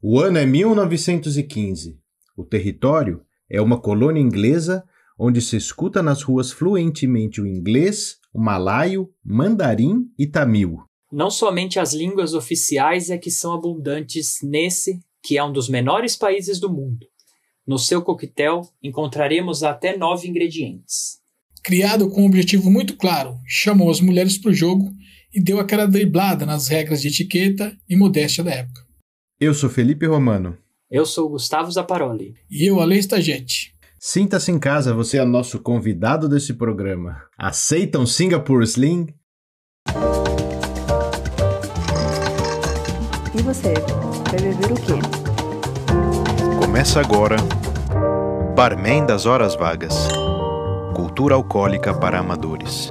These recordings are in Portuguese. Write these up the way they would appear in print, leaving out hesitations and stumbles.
O ano é 1915. O território é uma colônia inglesa onde se escuta nas ruas fluentemente o inglês, o malaio, mandarim e tamil. Não somente as línguas oficiais é que são abundantes nesse, que é um dos menores países do mundo. No seu coquetel encontraremos até 9 ingredientes. Criado com um objetivo muito claro, chamou as mulheres para o jogo e deu aquela driblada nas regras de etiqueta e modéstia da época. Eu sou Felipe Romano. Eu sou Gustavo Zaparoli. E eu, Ale Stagete. Sinta-se em casa, você é nosso convidado desse programa. Aceitam Singapore Sling? E você, vai beber o quê? Começa agora Barman das Horas Vagas. Cultura alcoólica para amadores.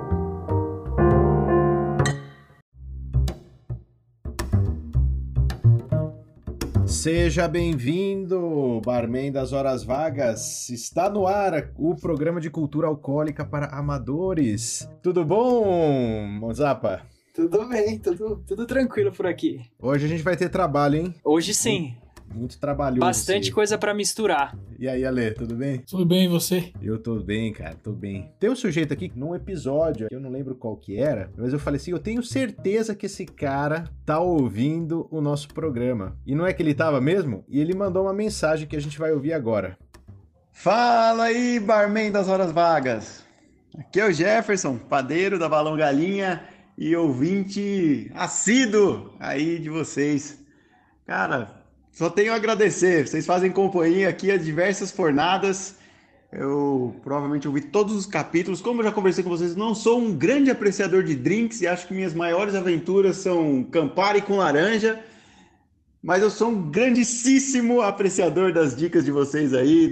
Seja bem-vindo, Barman das Horas Vagas. Está no ar o programa de cultura alcoólica para amadores. Tudo bom, Mozapa? Tudo bem, tudo tranquilo por aqui. Hoje a gente vai ter trabalho, hein? Hoje sim. Muito trabalhoso. Bastante coisa pra misturar. E aí, Ale, tudo bem? Tudo bem, e você? Eu tô bem, cara, tô bem. Tem um sujeito aqui, num episódio, eu não lembro qual que era, mas eu falei assim, eu tenho certeza que esse cara tá ouvindo o nosso programa. E não é que ele tava mesmo? E ele mandou uma mensagem que a gente vai ouvir agora. Fala aí, Barman das Horas Vagas. Aqui é o Jefferson, padeiro da Balão Galinha e ouvinte assíduo aí de vocês. Cara, só tenho a agradecer. Vocês fazem companhia aqui a diversas fornadas. Eu provavelmente ouvi todos os capítulos. Como eu já conversei com vocês, não sou um grande apreciador de drinks e acho que minhas maiores aventuras são Campari com laranja. Mas eu sou um grandíssimo apreciador das dicas de vocês aí,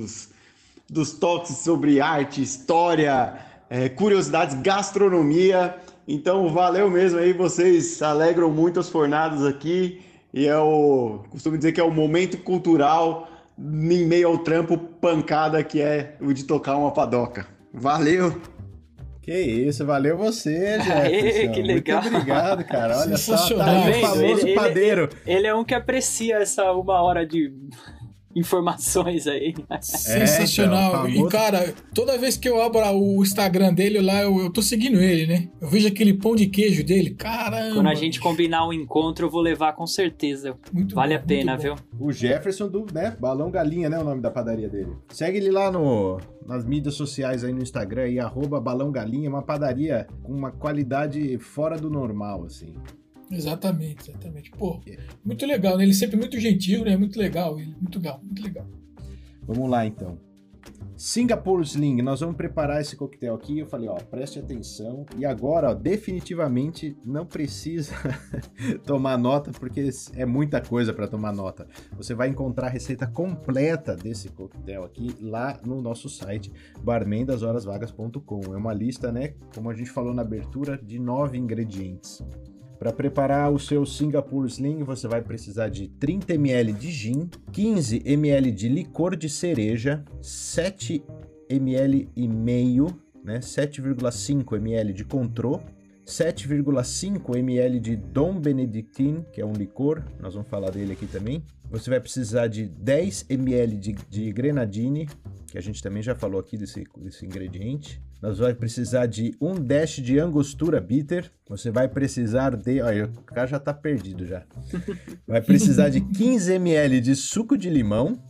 dos toques sobre arte, história, curiosidades, gastronomia. Então, valeu mesmo aí, vocês alegram muito as fornadas aqui. E costumo dizer que é o momento cultural em meio ao trampo pancada que é o de tocar uma padoca. Valeu! Que isso, valeu você, Jefferson. Aê, que legal. Muito obrigado, cara. Olha só, tá Tá aí o vendo? famoso padeiro. Ele é um que aprecia essa 1 hora de informações aí. Sensacional. então, E, cara, toda vez que eu abro o Instagram dele lá, eu tô seguindo ele, né? Eu vejo aquele pão de queijo dele. Caramba! Quando a gente combinar um encontro, eu vou levar com certeza. Muito Vale bom, a pena, muito viu? bom. O Jefferson do, Balão Galinha, né? O nome da padaria dele. Segue ele lá nas mídias sociais aí no Instagram aí, @Balão Galinha, uma padaria com uma qualidade fora do normal, assim. Exatamente. Pô, muito legal, né? Ele sempre muito gentil, né? Muito legal ele. Muito legal. Vamos lá, então. Singapore Sling, nós vamos preparar esse coquetel aqui. Eu falei, ó, preste atenção. E agora, ó, definitivamente não precisa tomar nota, porque é muita coisa para tomar nota. Você vai encontrar a receita completa desse coquetel aqui lá no nosso site, barmendashorasvagas.com. É uma lista, né, como a gente falou na abertura, de 9 ingredientes. Para preparar o seu Singapore Sling, você vai precisar de 30 ml de gin, 15 ml de licor de cereja, 7 ml e meio, né, 7,5 ml de Cointreau, 7,5 ml de Dom Benedictine, que é um licor, nós vamos falar dele aqui também. Você vai precisar de 10 ml de Grenadine, que a gente também já falou aqui desse ingrediente. Nós vamos precisar de 1 dash de Angostura Bitter. Você vai precisar de... Olha, o cara já tá perdido já. Vai precisar de 15 ml de suco de limão,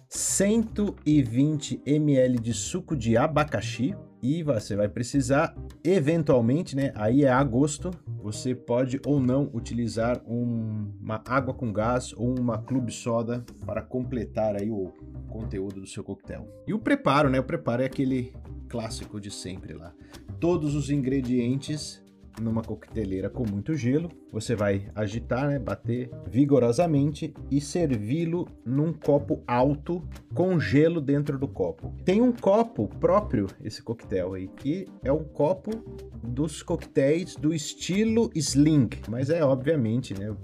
120 ml de suco de abacaxi. E você vai precisar, eventualmente, né? Aí é a gosto. Você pode ou não utilizar uma água com gás ou uma clube soda para completar aí o conteúdo do seu coquetel. E o preparo, né? O preparo é aquele clássico de sempre lá. Todos os ingredientes numa coqueteleira com muito gelo. Você vai agitar, né? Bater vigorosamente e servi-lo num copo alto com gelo dentro do copo. Tem um copo próprio, esse coquetel aí, que é um copo dos coquetéis do estilo Sling, mas é obviamente, né?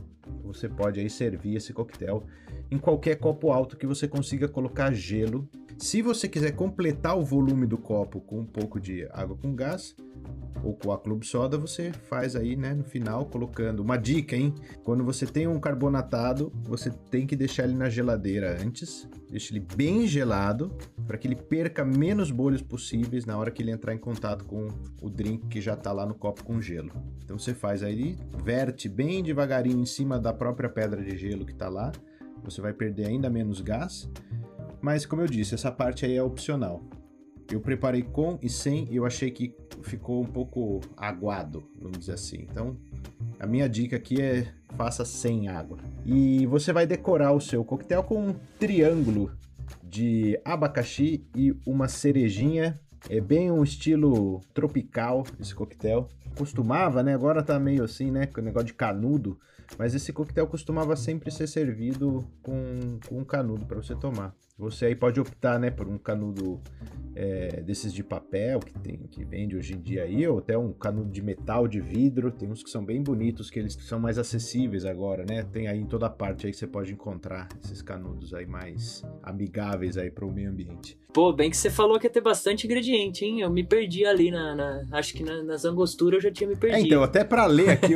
você pode aí servir esse coquetel em qualquer copo alto que você consiga colocar gelo. Se você quiser completar o volume do copo com um pouco de água com gás ou com a clube soda, você faz aí, né, no final, colocando uma dica, hein? Quando você tem um carbonatado, você tem que deixar ele na geladeira antes, deixa ele bem gelado, para que ele perca menos bolhas possíveis na hora que ele entrar em contato com o drink que já tá lá no copo com gelo. Então você faz aí, verte bem devagarinho em cima da própria pedra de gelo que tá lá, você vai perder ainda menos gás, mas como eu disse, essa parte aí é opcional. Eu preparei com e sem e eu achei que ficou um pouco aguado, vamos dizer assim. Então, a minha dica aqui é faça sem água. E você vai decorar o seu coquetel com um triângulo de abacaxi e uma cerejinha. É bem um estilo tropical esse coquetel. Costumava, né? Agora tá meio assim, né? Com o negócio de canudo. Mas esse coquetel costumava sempre ser servido com um canudo para você tomar. Você aí pode optar, né, por um canudo desses de papel que vende hoje em dia aí, ou até um canudo de metal, de vidro. Tem uns que são bem bonitos, que eles são mais acessíveis agora, né? Tem aí em toda parte aí que você pode encontrar esses canudos aí mais amigáveis aí para o meio ambiente. Pô, bem que você falou que ia ter bastante ingrediente, hein? Eu me perdi ali acho que nas angosturas eu já tinha me perdido. Então, até para ler aqui,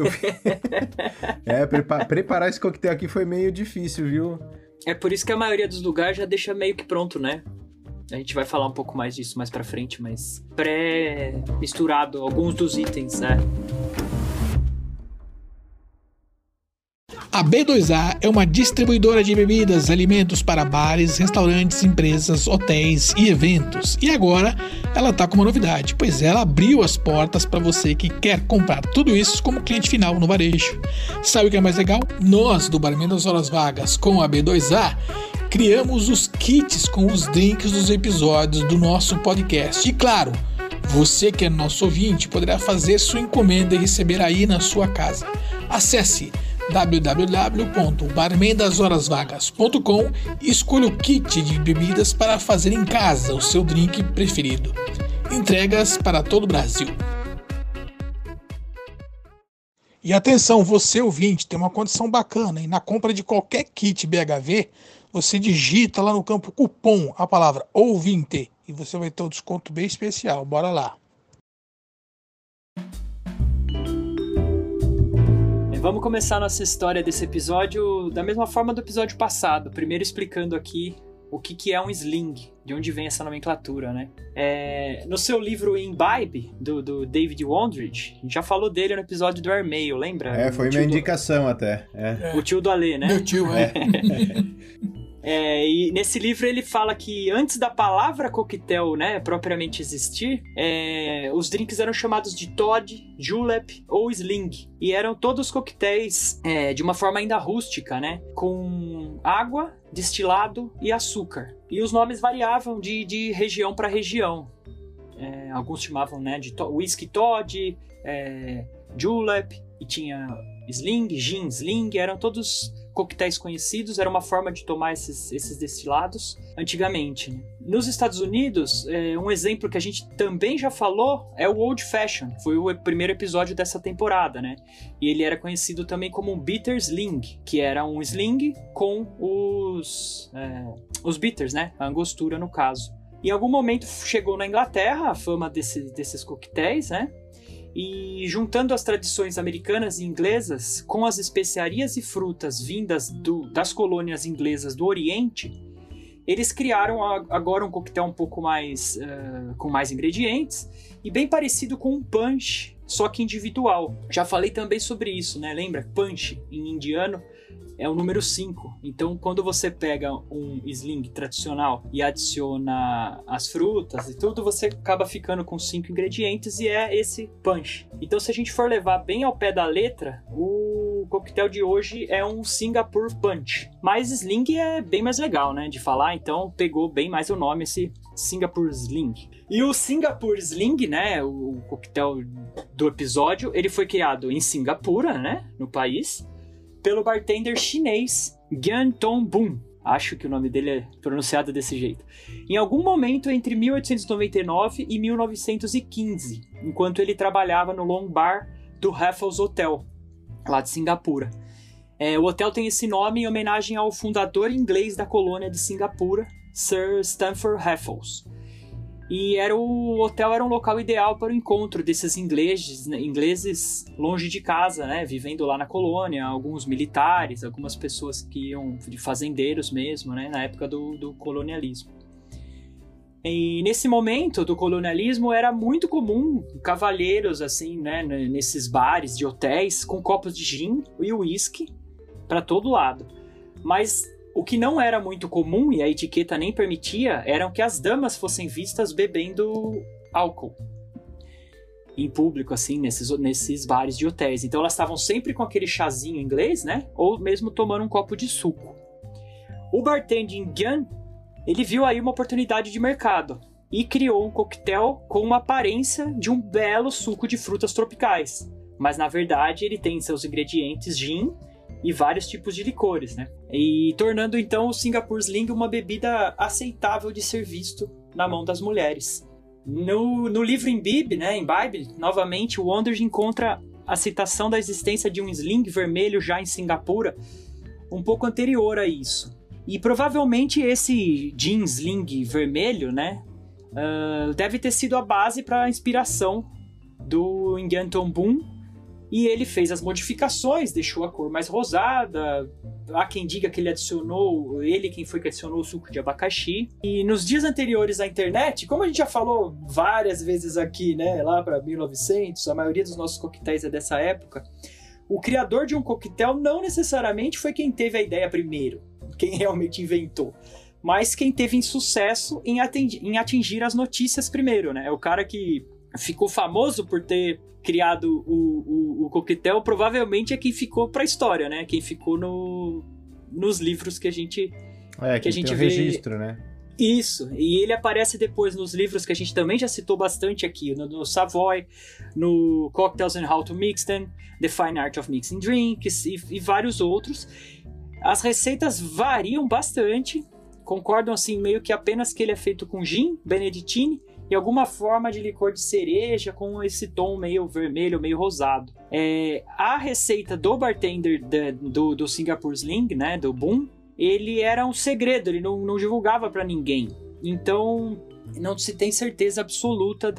preparar esse coquetel aqui foi meio difícil, viu? É por isso que a maioria dos lugares já deixa meio que pronto, né? A gente vai falar um pouco mais disso mais pra frente, mas pré-misturado alguns dos itens, né? A B2A é uma distribuidora de bebidas, alimentos para bares, restaurantes, empresas, hotéis e eventos. E agora ela está com uma novidade, pois ela abriu as portas para você que quer comprar tudo isso como cliente final no varejo. Sabe o que é mais legal? Nós, do Barman das Horas Vagas, com a B2A, criamos os kits com os drinks dos episódios do nosso podcast. E claro, você que é nosso ouvinte poderá fazer sua encomenda e receber aí na sua casa. Acesse www.barmendashorasvagas.com e escolha o kit de bebidas para fazer em casa o seu drink preferido. Entregas para todo o Brasil. E atenção, você ouvinte, tem uma condição bacana, e na compra de qualquer kit BHV, você digita lá no campo cupom a palavra ouvinte e você vai ter um desconto bem especial. Bora lá. Vamos começar nossa história desse episódio da mesma forma do episódio passado. Primeiro explicando aqui o que é um sling, de onde vem essa nomenclatura, né? No seu livro Imbibe, do David Wondrich, a gente já falou dele no episódio do Airmail, lembra? Foi minha indicação até. O tio do Alê, né? Meu tio, E nesse livro ele fala que antes da palavra coquetel, né, propriamente existir, os drinks eram chamados de Todd, Julep ou Sling. E eram todos coquetéis de uma forma ainda rústica, né, com água, destilado e açúcar. E os nomes variavam de região para região. Alguns chamavam, né, de whisky Todd, Julep, e tinha Sling, Gin Sling, eram todos coquetéis conhecidos, era uma forma de tomar esses destilados antigamente, né? Nos Estados Unidos, um exemplo que a gente também já falou é o Old Fashion, foi o primeiro episódio dessa temporada, né? E ele era conhecido também como um bitter sling, que era um sling com os bitters, né? A angostura no caso. Em algum momento chegou na Inglaterra a fama desses coquetéis, né? E juntando as tradições americanas e inglesas com as especiarias e frutas vindas das colônias inglesas do Oriente, eles criaram agora um coquetel um pouco mais com mais ingredientes e bem parecido com um punch, só que individual. Já falei também sobre isso, né? Lembra? Punch em indiano é o número 5. Então, quando você pega um sling tradicional e adiciona as frutas e tudo, você acaba ficando com 5 ingredientes e é esse punch. Então, se a gente for levar bem ao pé da letra, o coquetel de hoje é um Singapore Punch. Mas sling é bem mais legal, né, de falar, então pegou bem mais o nome, esse Singapore Sling. E o Singapore Sling, né, o coquetel do episódio, ele foi criado em Singapura, né, no país, pelo bartender chinês Gian Tong Boon. Acho que o nome dele é pronunciado desse jeito. Em algum momento entre 1899 e 1915, enquanto ele trabalhava no Long Bar do Raffles Hotel, lá de Singapura. O hotel tem esse nome em homenagem ao fundador inglês da colônia de Singapura, Sir Stamford Raffles. E o hotel era um local ideal para o encontro desses ingleses longe de casa, né, vivendo lá na colônia, alguns militares, algumas pessoas que iam de fazendeiros mesmo, né, na época do colonialismo. E nesse momento do colonialismo era muito comum cavalheiros assim, né, nesses bares de hotéis com copos de gin e uísque para todo lado. Mas o que não era muito comum, e a etiqueta nem permitia, eram que as damas fossem vistas bebendo álcool em público, assim, nesses bares de hotéis. Então elas estavam sempre com aquele chazinho inglês, né? Ou mesmo tomando um copo de suco. O bartender Gian, ele viu aí uma oportunidade de mercado e criou um coquetel com uma aparência de um belo suco de frutas tropicais. Mas na verdade ele tem em seus ingredientes gin e vários tipos de licores, né? E tornando então o Singapore Sling uma bebida aceitável de ser visto na mão das mulheres. No livro Imbibe, né, Imbibe, novamente o Wonders encontra a citação da existência de um sling vermelho já em Singapura, um pouco anterior a isso. E provavelmente esse gin sling vermelho, né, deve ter sido a base para a inspiração do Nguyen Ton Bun. E ele fez as modificações, deixou a cor mais rosada. Há quem diga que quem foi que adicionou o suco de abacaxi. E nos dias anteriores à internet, como a gente já falou várias vezes aqui, né, lá para 1900, a maioria dos nossos coquetéis é dessa época, o criador de um coquetel não necessariamente foi quem teve a ideia primeiro, quem realmente inventou, mas quem teve sucesso em atingir as notícias primeiro, né? É o cara que ficou famoso por ter criado o coquetel, provavelmente é quem ficou pra história, né? Quem ficou nos livros que a gente que a gente vê. Registro, né? Isso, e ele aparece depois nos livros que a gente também já citou bastante aqui, no Savoy, no Cocktails and How to Mix Them, The Fine Art of Mixing Drinks e vários outros. As receitas variam bastante, concordam assim meio que apenas que ele é feito com gin, benedictine e alguma forma de licor de cereja com esse tom meio vermelho, meio rosado. A receita do bartender do Singapore Sling, né, do Boon, ele era um segredo, ele não divulgava para ninguém. Então não se tem certeza absoluta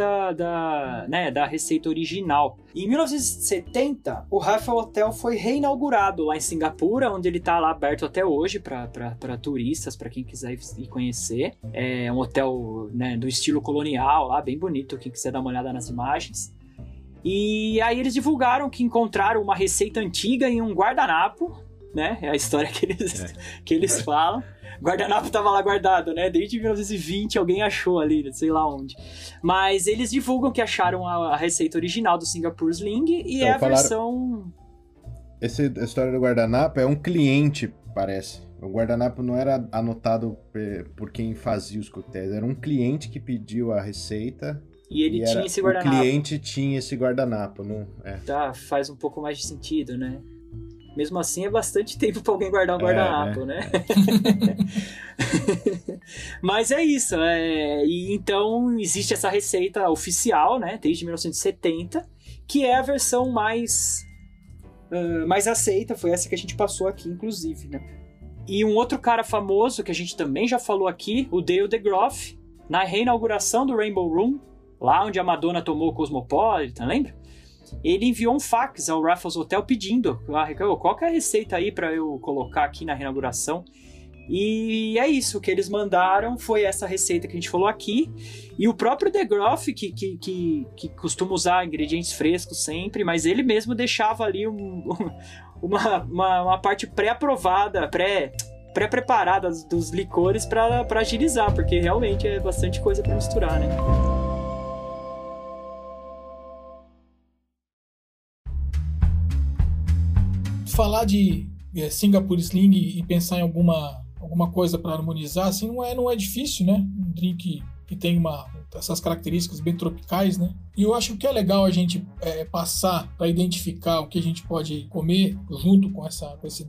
da receita original. Em 1970, o Raffles Hotel foi reinaugurado lá em Singapura, onde ele está lá aberto até hoje para turistas, para quem quiser ir conhecer. É um hotel, né, do estilo colonial, lá bem bonito, quem quiser dar uma olhada nas imagens. E aí eles divulgaram que encontraram uma receita antiga em um guardanapo, né? É a história que eles falam. O guardanapo estava lá guardado, né? Desde 1920 alguém achou ali, sei lá onde. Mas eles divulgam que acharam a receita original do Singapore Sling e então, é a versão... Essa história do guardanapo é um cliente, parece. O guardanapo não era anotado por quem fazia os coquetéis, era um cliente que pediu a receita. E ele tinha esse guardanapo. O cliente tinha esse guardanapo, não é? Tá, faz um pouco mais de sentido, né? Mesmo assim, é bastante tempo para alguém guardar um guardanapo, né? Mas é isso. E então, existe essa receita oficial, né? Desde 1970, que é a versão mais aceita. Foi essa que a gente passou aqui, inclusive, né? E um outro cara famoso, que a gente também já falou aqui, o Dale DeGroff, na reinauguração do Rainbow Room, lá onde a Madonna tomou o Cosmopolitan, lembra? Ele enviou um fax ao Raffles Hotel pedindo qual que é a receita aí para eu colocar aqui na reinauguração. E é isso, o que eles mandaram foi essa receita que a gente falou aqui. E o próprio DeGroff, que costuma usar ingredientes frescos sempre, mas ele mesmo deixava ali uma parte pré-aprovada, pré-preparada dos licores para agilizar, porque realmente é bastante coisa para misturar, né? Falar de Singapore Sling e pensar em alguma coisa para harmonizar, assim, não é difícil, né? Um drink que tem essas características bem tropicais, né? E eu acho que é legal a gente passar para identificar o que a gente pode comer junto com esse drink.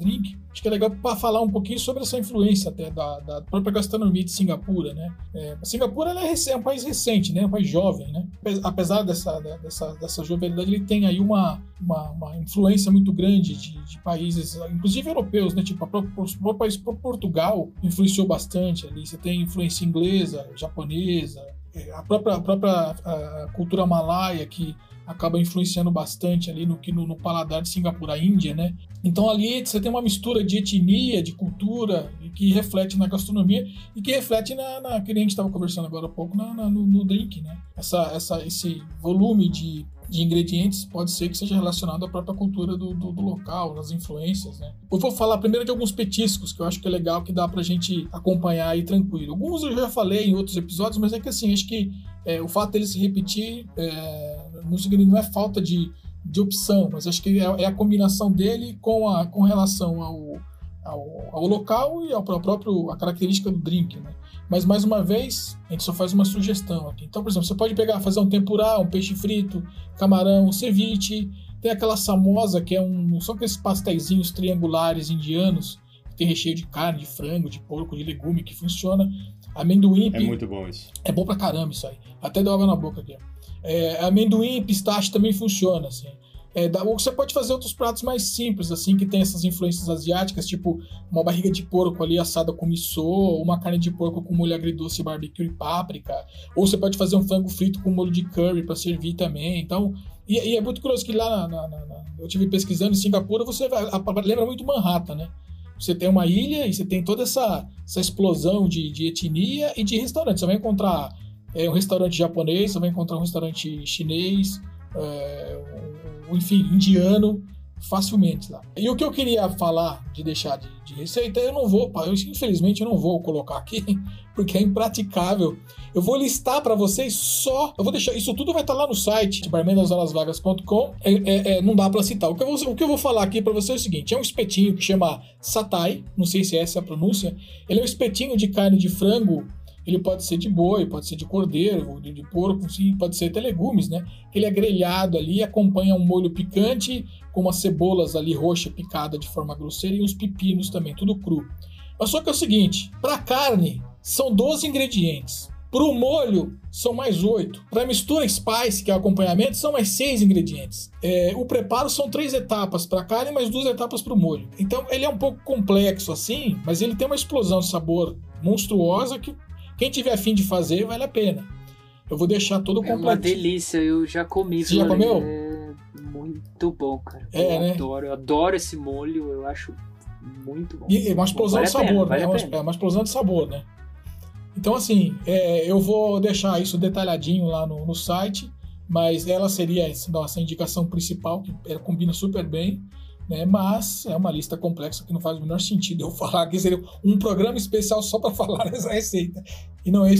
acho que é legal para falar um pouquinho sobre essa influência até da própria gastronomia de Singapura, né? Singapura ela é um país recente, né? Um país jovem, né? Apesar dessa jovialidade, ele tem aí uma influência muito grande de países, inclusive europeus, né? Tipo, o país Portugal influenciou bastante ali. Você tem influência inglesa, japonesa, a própria cultura malaia que acaba influenciando bastante ali no paladar de Singapura, a Índia, né? Então ali você tem uma mistura de etnia, de cultura, e que reflete na gastronomia e que reflete que nem a gente estava conversando agora há pouco, no drink, né? Esse volume de ingredientes pode ser que seja relacionado à própria cultura do local, das influências, né? Eu vou falar primeiro de alguns petiscos que eu acho que é legal, que dá pra gente acompanhar aí tranquilo. Alguns eu já falei em outros episódios, mas é que assim, acho que o fato dele se repetir não é falta de opção, mas acho que é a combinação dele com relação ao local e a característica do drink, né? Mas, mais uma vez, a gente só faz uma sugestão aqui. Então, por exemplo, você pode fazer um tempurá, um peixe frito, camarão, um ceviche. Tem aquela samosa, que são aqueles pastéisinhos triangulares indianos, que tem recheio de carne, de frango, de porco, de legume, que funciona. Amendoim... É muito bom isso. É bom pra caramba isso aí. Até deu água na boca aqui. Amendoim e pistache também funciona, assim. Você pode fazer outros pratos mais simples, assim, que tem essas influências asiáticas, tipo uma barriga de porco ali assada com miso, uma carne de porco com molho agridoce, barbecue e páprica, ou você pode fazer um frango frito com molho de curry para servir também. Então, e é muito curioso que lá eu estive pesquisando em Singapura, lembra muito Manhattan, né? Você tem uma ilha e você tem toda essa explosão de etnia e de restaurante. Você vai encontrar um restaurante japonês, você vai encontrar um restaurante chinês, enfim, indiano, facilmente lá. E o que eu queria falar, de deixar de receita, infelizmente eu não vou colocar aqui, porque é impraticável. Eu vou listar para vocês eu vou deixar, isso tudo vai estar lá no site, barmendashorasvagas.com, não dá para citar. O que eu vou falar aqui para vocês é o seguinte, é um espetinho que chama satay, não sei se essa é a pronúncia, ele é um espetinho de carne de frango. Ele pode ser de boi, pode ser de cordeiro, de porco, sim, pode ser até legumes, né? Ele é grelhado ali, acompanha um molho picante, com umas cebolas ali roxa picada de forma grosseira e uns pepinos também, tudo cru. Mas só que é o seguinte, para carne são 12 ingredientes, para o molho são mais 8, para a mistura spice, que é o acompanhamento, são mais 6 ingredientes. O preparo são 3 etapas para carne, mais 2 etapas para o molho. Então ele é um pouco complexo assim, mas ele tem uma explosão de sabor monstruosa que quem tiver afim de fazer, vale a pena. Eu vou deixar todo completo. É uma delícia, eu já comi. Você já comeu? É muito bom, cara. Né? Eu adoro esse molho, eu acho muito bom. E é uma explosão de sabor, né? É uma explosão de sabor, né? Então, assim, eu vou deixar isso detalhadinho lá no site, mas ela seria essa indicação principal, que combina super bem, né? Mas é uma lista complexa que não faz o menor sentido eu falar que seria um programa especial só para falar dessa receita. E não é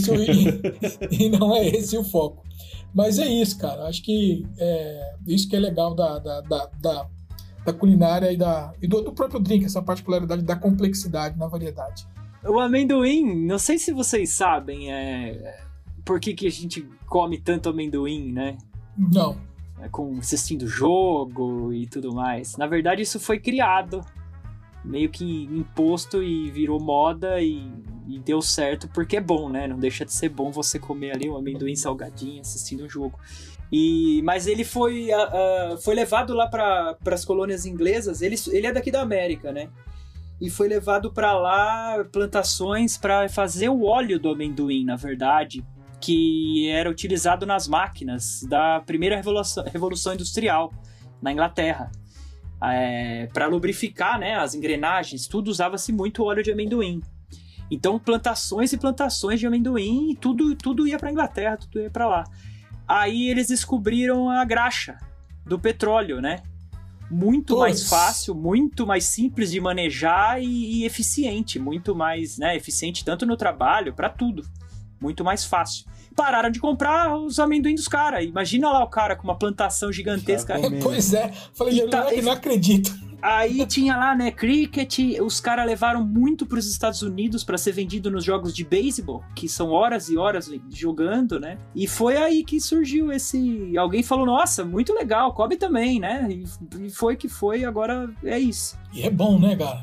esse o foco. Mas é isso, cara. Acho que isso que é legal da culinária e do próprio drink, essa particularidade da complexidade na variedade. O amendoim, não sei se vocês sabem por que a gente come tanto amendoim, né? Não. Assistindo jogo e tudo mais. Na verdade, isso foi criado, meio que imposto e virou moda e deu certo porque é bom, né? Não deixa de ser bom você comer ali um amendoim salgadinho assistindo o jogo. Mas ele foi levado lá para as colônias inglesas. Ele é daqui da América, né? E foi levado para lá plantações para fazer o óleo do amendoim, na verdade, que era utilizado nas máquinas da primeira revolução industrial na Inglaterra. Para lubrificar, né, as engrenagens, tudo usava-se muito óleo de amendoim. Então, plantações e plantações de amendoim, e tudo ia para a Inglaterra, tudo ia para lá. Aí eles descobriram a graxa do petróleo, né? Muito mais fácil, muito mais simples de manejar e eficiente. Muito mais, né, eficiente tanto no trabalho, para tudo. Muito mais fácil. Pararam de comprar os amendoim dos caras. Imagina lá o cara com uma plantação gigantesca. Pois é. Falei, não acredito. Aí tinha lá, né, cricket. Os caras levaram muito para os Estados Unidos para ser vendido nos jogos de beisebol, que são horas e horas jogando, né? E foi aí que surgiu esse... Alguém falou, nossa, muito legal, come também, né? E foi que foi, agora é isso. E é bom, né, cara?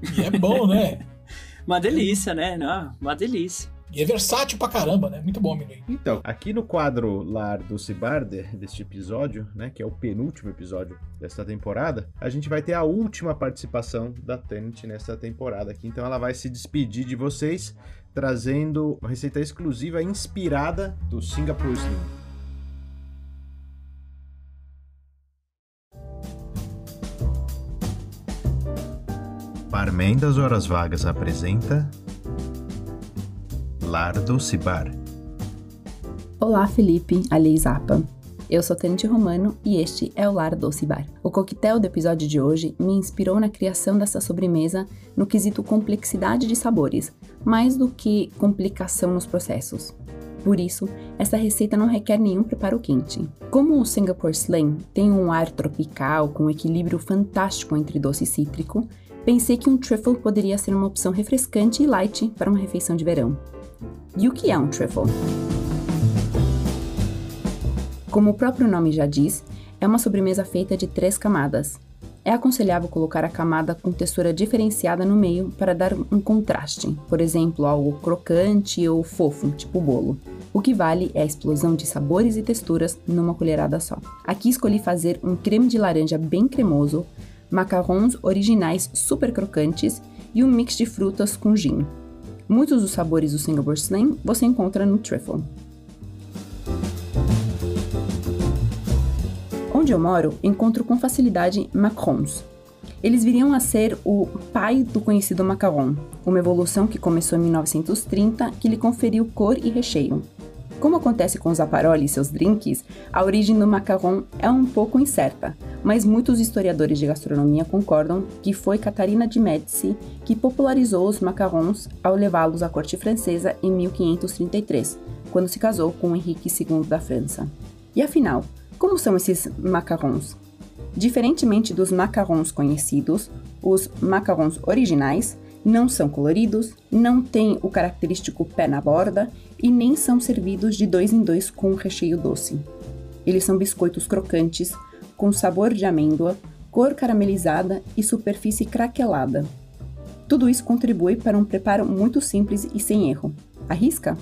E é bom, né? Uma delícia, né? Não, uma delícia. E é versátil pra caramba, né? Muito bom, amendoim. Então, aqui no quadro Lar Doce Bar deste episódio, né, que é o penúltimo episódio desta temporada, a gente vai ter a última participação da Tanit nesta temporada aqui. Então ela vai se despedir de vocês, trazendo uma receita exclusiva inspirada do Singapore Sling. Barman das Horas Vagas apresenta Lar Doce Bar. Olá, Felipe, aliás Zapa. Eu sou Tanit Romano e este é o Lar Doce Bar. O coquetel do episódio de hoje me inspirou na criação dessa sobremesa no quesito complexidade de sabores, mais do que complicação nos processos. Por isso, essa receita não requer nenhum preparo quente. Como o Singapore Sling tem um ar tropical com um equilíbrio fantástico entre doce e cítrico, pensei que um truffle poderia ser uma opção refrescante e light para uma refeição de verão. E o que é um truffle? Como o próprio nome já diz, é uma sobremesa feita de 3 camadas. É aconselhável colocar a camada com textura diferenciada no meio para dar um contraste, por exemplo, algo crocante ou fofo, tipo bolo. O que vale é a explosão de sabores e texturas numa colherada só. Aqui escolhi fazer um creme de laranja bem cremoso, macarrons originais super crocantes e um mix de frutas com gin. Muitos dos sabores do Singapore Sling você encontra no truffle. Onde eu moro, encontro com facilidade macarrons. Eles viriam a ser o pai do conhecido macarron, uma evolução que começou em 1930 que lhe conferiu cor e recheio. Como acontece com os Zaparoli e seus drinks, a origem do macarron é um pouco incerta, mas muitos historiadores de gastronomia concordam que foi Catarina de Médici que popularizou os macarrons ao levá-los à corte francesa em 1533, quando se casou com Henrique II da França. E afinal, como são esses macarrons? Diferentemente dos macarrons conhecidos, os macarrons originais não são coloridos, não têm o característico pé na borda e nem são servidos de 2 em 2 com recheio doce. Eles são biscoitos crocantes, com sabor de amêndoa, cor caramelizada e superfície craquelada. Tudo isso contribui para um preparo muito simples e sem erro. Arrisca?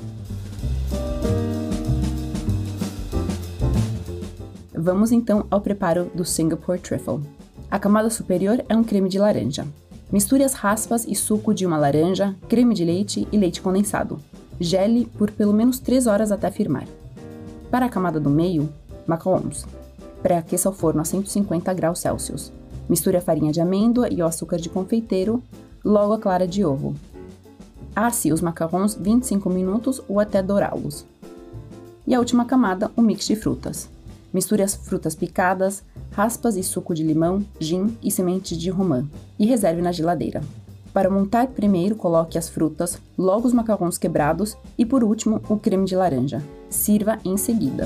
Vamos então ao preparo do Singapore Truffle. A camada superior é um creme de laranja. Misture as raspas e suco de uma laranja, creme de leite e leite condensado. Gele por pelo menos 3 horas até firmar. Para a camada do meio, macarrons. Pré-aqueça ao forno a 150 graus Celsius. Misture a farinha de amêndoa e o açúcar de confeiteiro, logo a clara de ovo. Asse os macarrons 25 minutos ou até dourá-los. E a última camada, o mix de frutas. Misture as frutas picadas, raspas e suco de limão, gin e sementes de romã e reserve na geladeira. Para montar, primeiro coloque as frutas, logo os macarrons quebrados e por último o creme de laranja. Sirva em seguida.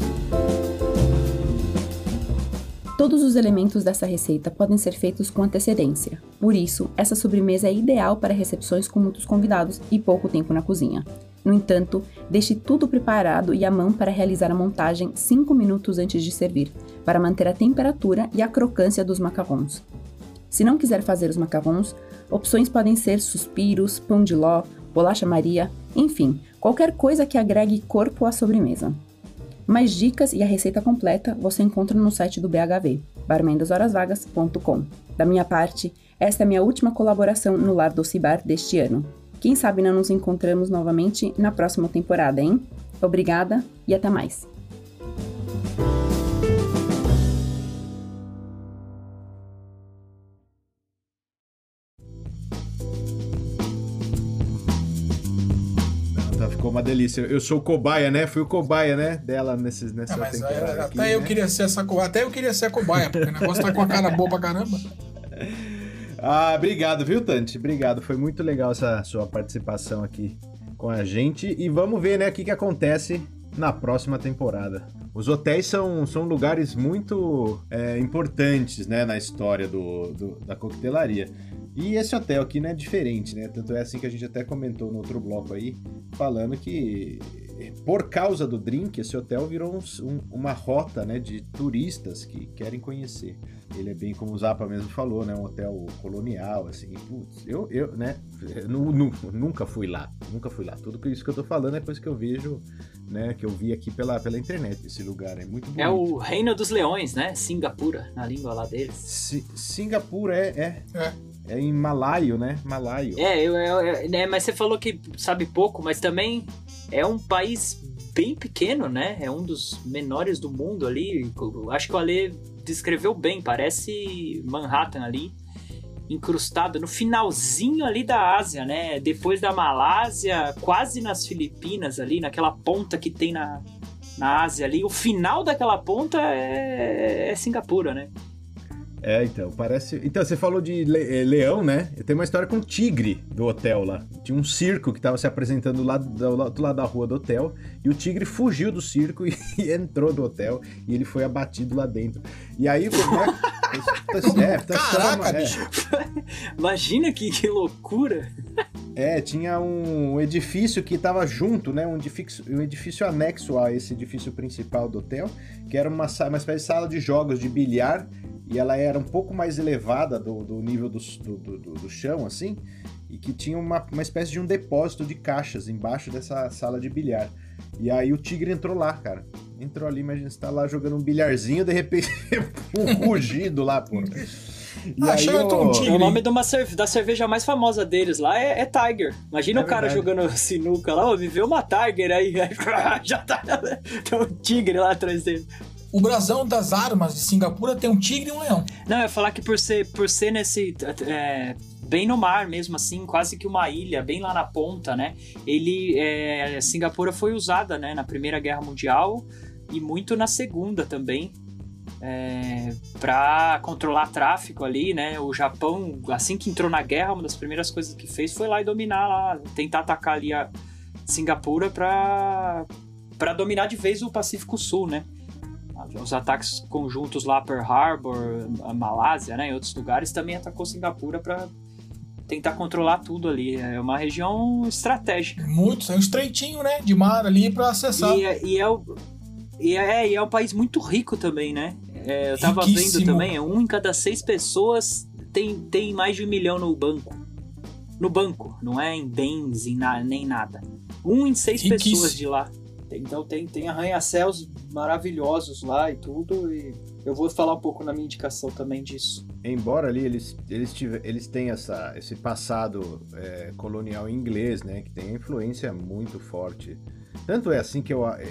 Todos os elementos dessa receita podem ser feitos com antecedência. Por isso, essa sobremesa é ideal para recepções com muitos convidados e pouco tempo na cozinha. No entanto, deixe tudo preparado e à mão para realizar a montagem 5 minutos antes de servir, para manter a temperatura e a crocância dos macarrons. Se não quiser fazer os macarrons, opções podem ser suspiros, pão de ló, bolacha Maria, enfim, qualquer coisa que agregue corpo à sobremesa. Mais dicas e a receita completa você encontra no site do BHV, barmendashorasvagas.com. Da minha parte, esta é a minha última colaboração no Lar Doce Bar deste ano. Quem sabe não nos encontramos novamente na próxima temporada, hein? Obrigada e até mais! Ficou uma delícia. Eu sou o cobaia, né? Fui o cobaia, né? Dela nessa temporada aqui, até eu queria ser essa cobaia. Até eu queria ser a cobaia, porque o negócio tá com a cara boa pra caramba. Ah, obrigado, viu, Tanit? Obrigado. Foi muito legal essa sua participação aqui com a gente. E vamos ver, né, o que acontece na próxima temporada. Os hotéis são lugares muito importantes, né, na história da coquetelaria. E esse hotel aqui não é diferente, né? Tanto é assim que a gente até comentou no outro bloco aí, falando que por causa do drink, esse hotel virou uma rota, né, de turistas que querem conhecer. Ele é bem como o Zappa mesmo falou, né, um hotel colonial, assim. Putz, eu né, nunca fui lá. Tudo isso que eu tô falando é coisa que eu vejo, né, que eu vi aqui pela internet. Esse lugar é muito bonito. É o Reino dos Leões, né? Singapura, na língua lá deles. Singapura é em malaio, né? Malaio. Mas você falou que sabe pouco, mas também é um país bem pequeno, né? É um dos menores do mundo ali. Acho que o Ale descreveu bem, parece Manhattan ali, incrustado no finalzinho ali da Ásia, né? Depois da Malásia, quase nas Filipinas ali, naquela ponta que tem na Ásia ali. O final daquela ponta é Singapura, né? Então, parece... Então, você falou de leão, né? Tem uma história com o tigre do hotel lá. Tinha um circo que tava se apresentando do lado da rua do hotel, e o tigre fugiu do circo e entrou no hotel, e ele foi abatido lá dentro. E aí... Caraca, bicho! Imagina que loucura! Tinha um edifício que tava junto, né? Um edifício anexo a esse edifício principal do hotel, que era uma espécie de sala de jogos de bilhar, e ela era um pouco mais elevada do nível do chão, assim, e que tinha uma espécie de um depósito de caixas embaixo dessa sala de bilhar. E aí o tigre entrou lá, cara. Entrou ali, imagina, você tá lá jogando um bilharzinho, de repente um rugido lá, pô. E aí, o nome da cerveja mais famosa deles lá é Tiger. Imagina o cara jogando sinuca lá, me vê uma Tiger aí já tá um tigre lá atrás dele. O brasão das armas de Singapura tem um tigre e um leão. Não, eu ia falar que por ser nesse... bem no mar mesmo, assim, quase que uma ilha, bem lá na ponta, né? Singapura foi usada, né, na Primeira Guerra Mundial e muito na Segunda também, para controlar tráfico ali, né? O Japão, assim que entrou na guerra, uma das primeiras coisas que fez foi lá e dominar lá, tentar atacar ali a Singapura para dominar de vez o Pacífico Sul, né? Os ataques conjuntos lá, Pearl Harbor, a Malásia, né, em outros lugares, também atacou Singapura para tentar controlar tudo ali. É uma região estratégica. Muito, é um estreitinho, né, de mar ali para acessar. E é um país muito rico também, né? Eu tava vendo também, 1 em cada 6 pessoas tem mais de 1 milhão no banco. No banco, não é em bens, nem nada. 1 em 6 pessoas de lá. Então tem arranha-céus maravilhosos lá e tudo, e eu vou falar um pouco na minha indicação também disso. Embora ali eles têm esse passado colonial inglês, né, que tem influência muito forte. Tanto é assim que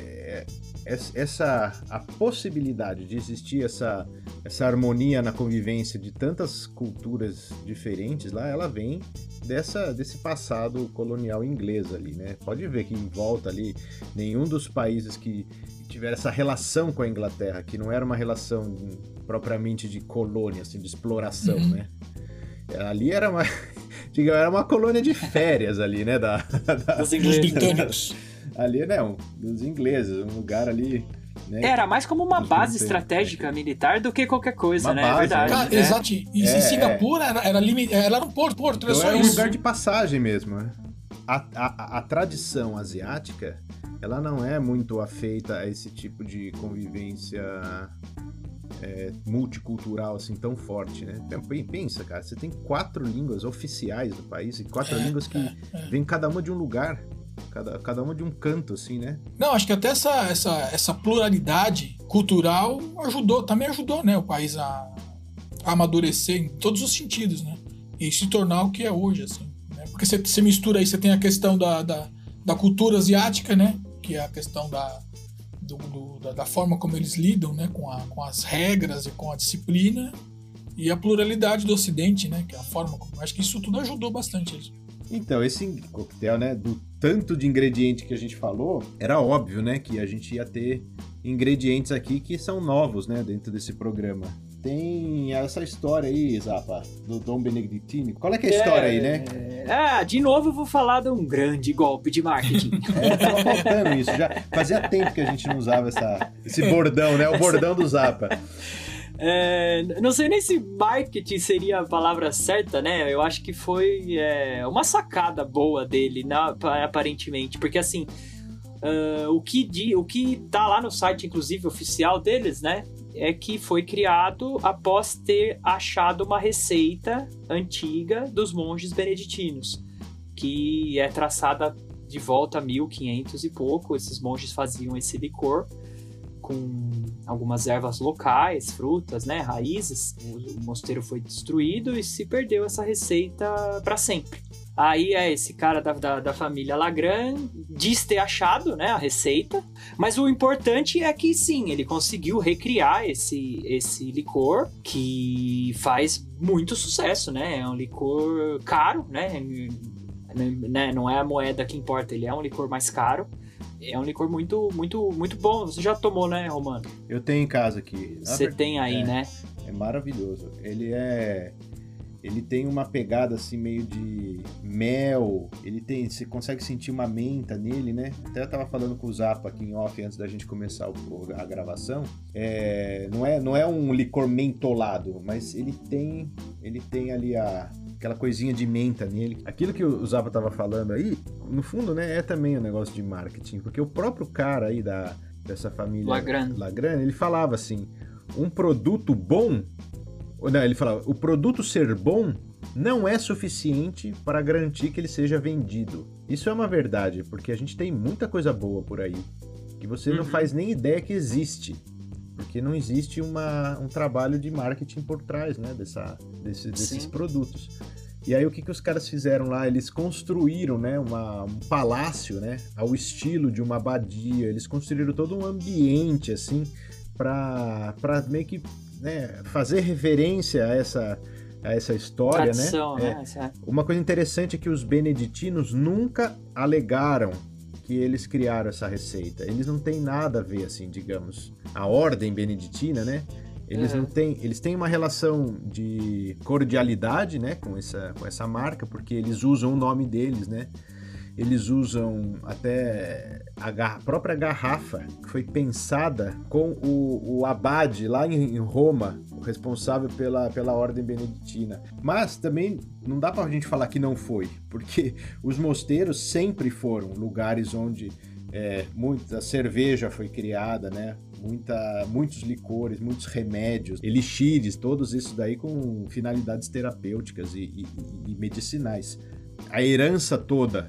a possibilidade de existir essa harmonia na convivência de tantas culturas diferentes lá, ela vem desse passado colonial inglês ali, né? Pode ver que em volta ali, nenhum dos países que tiveram essa relação com a Inglaterra, que não era uma relação propriamente de colônia, assim, de exploração, né? Ali era uma colônia de férias ali, né? Dos ingleses. Ali, né? Dos ingleses, um lugar ali... Né? Era mais como uma base estratégica militar do que qualquer coisa, uma né? Base, é verdade. Cara, exato. E Singapura era um porto, então é só era isso. Um lugar de passagem mesmo. Né? A tradição asiática, ela não é muito afeita a esse tipo de convivência multicultural assim tão forte, né? Pensa, cara, você tem 4 línguas oficiais do país e 4 línguas que vêm cada uma de um lugar. Cada uma de um canto, assim, né? Não, acho que até essa pluralidade cultural também ajudou, né, o país a amadurecer em todos os sentidos, né? E se tornar o que é hoje, assim, né? Porque você mistura aí, você tem a questão da cultura asiática, né? Que é a questão da forma como eles lidam, né? Com as regras e com a disciplina, e a pluralidade do Ocidente, né? Que é a forma como... Acho que isso tudo ajudou bastante eles. Então, esse coquetel, né, do tanto de ingrediente que a gente falou, era óbvio, né, que a gente ia ter ingredientes aqui que são novos, né, dentro desse programa. Tem essa história aí, Zappa, do Dom Benedictino. Qual é que é a história aí, né? De novo eu vou falar de um grande golpe de marketing. Tava faltando isso. Já fazia tempo que a gente não usava esse bordão, né, o bordão do Zappa. Não sei nem se marketing seria a palavra certa, né? Eu acho que foi uma sacada boa dele, aparentemente. Porque, assim, o que tá lá no site, inclusive, oficial deles, né? É que foi criado após ter achado uma receita antiga dos monges beneditinos, que é traçada de volta a 1500 e pouco. Esses monges faziam esse licor com algumas ervas locais, frutas, né, raízes. O mosteiro foi destruído e se perdeu essa receita para sempre. Aí esse cara da família Lagrange diz ter achado, né, a receita, mas o importante é que sim, ele conseguiu recriar esse licor que faz muito sucesso, né? É um licor caro, né? Não é a moeda que importa, ele é um licor mais caro. É um licor muito, muito, muito bom. Você já tomou, né, Romano? Eu tenho em casa aqui. Você tem aí, né? É maravilhoso. Ele tem uma pegada assim meio de mel. Você consegue sentir uma menta nele, né? Até eu tava falando com o Zapa aqui em off antes da gente começar a gravação. Não é um licor mentolado, mas ele tem ali aquela coisinha de menta nele. Aquilo que o Zapa tava falando aí, no fundo, né, é também um negócio de marketing, porque o próprio cara aí dessa família Lagrange, ele falava assim, um produto bom, não, ele falava, o produto ser bom não é suficiente para garantir que ele seja vendido. Isso é uma verdade, porque a gente tem muita coisa boa por aí, que você não faz nem ideia que existe. Porque não existe um trabalho de marketing por trás, né, desses produtos. E aí o que os caras fizeram lá? Eles construíram, né, um palácio, né, ao estilo de uma abadia. Eles construíram todo um ambiente assim para meio que, né, fazer referência a essa história, tradição, né? Uma coisa interessante é que os beneditinos nunca alegaram que eles criaram essa receita. Eles não têm nada a ver, assim, digamos, a ordem beneditina, né? Eles têm uma relação de cordialidade, né, com essa marca, porque eles usam o nome deles, né? Eles usam até a própria garrafa, que foi pensada com o abade lá em Roma, o responsável pela ordem beneditina. Mas também não dá pra gente falar que não foi, porque os mosteiros sempre foram lugares onde muita cerveja foi criada, né? Muitos licores, muitos remédios, elixires, todos isso daí com finalidades terapêuticas e medicinais. A herança toda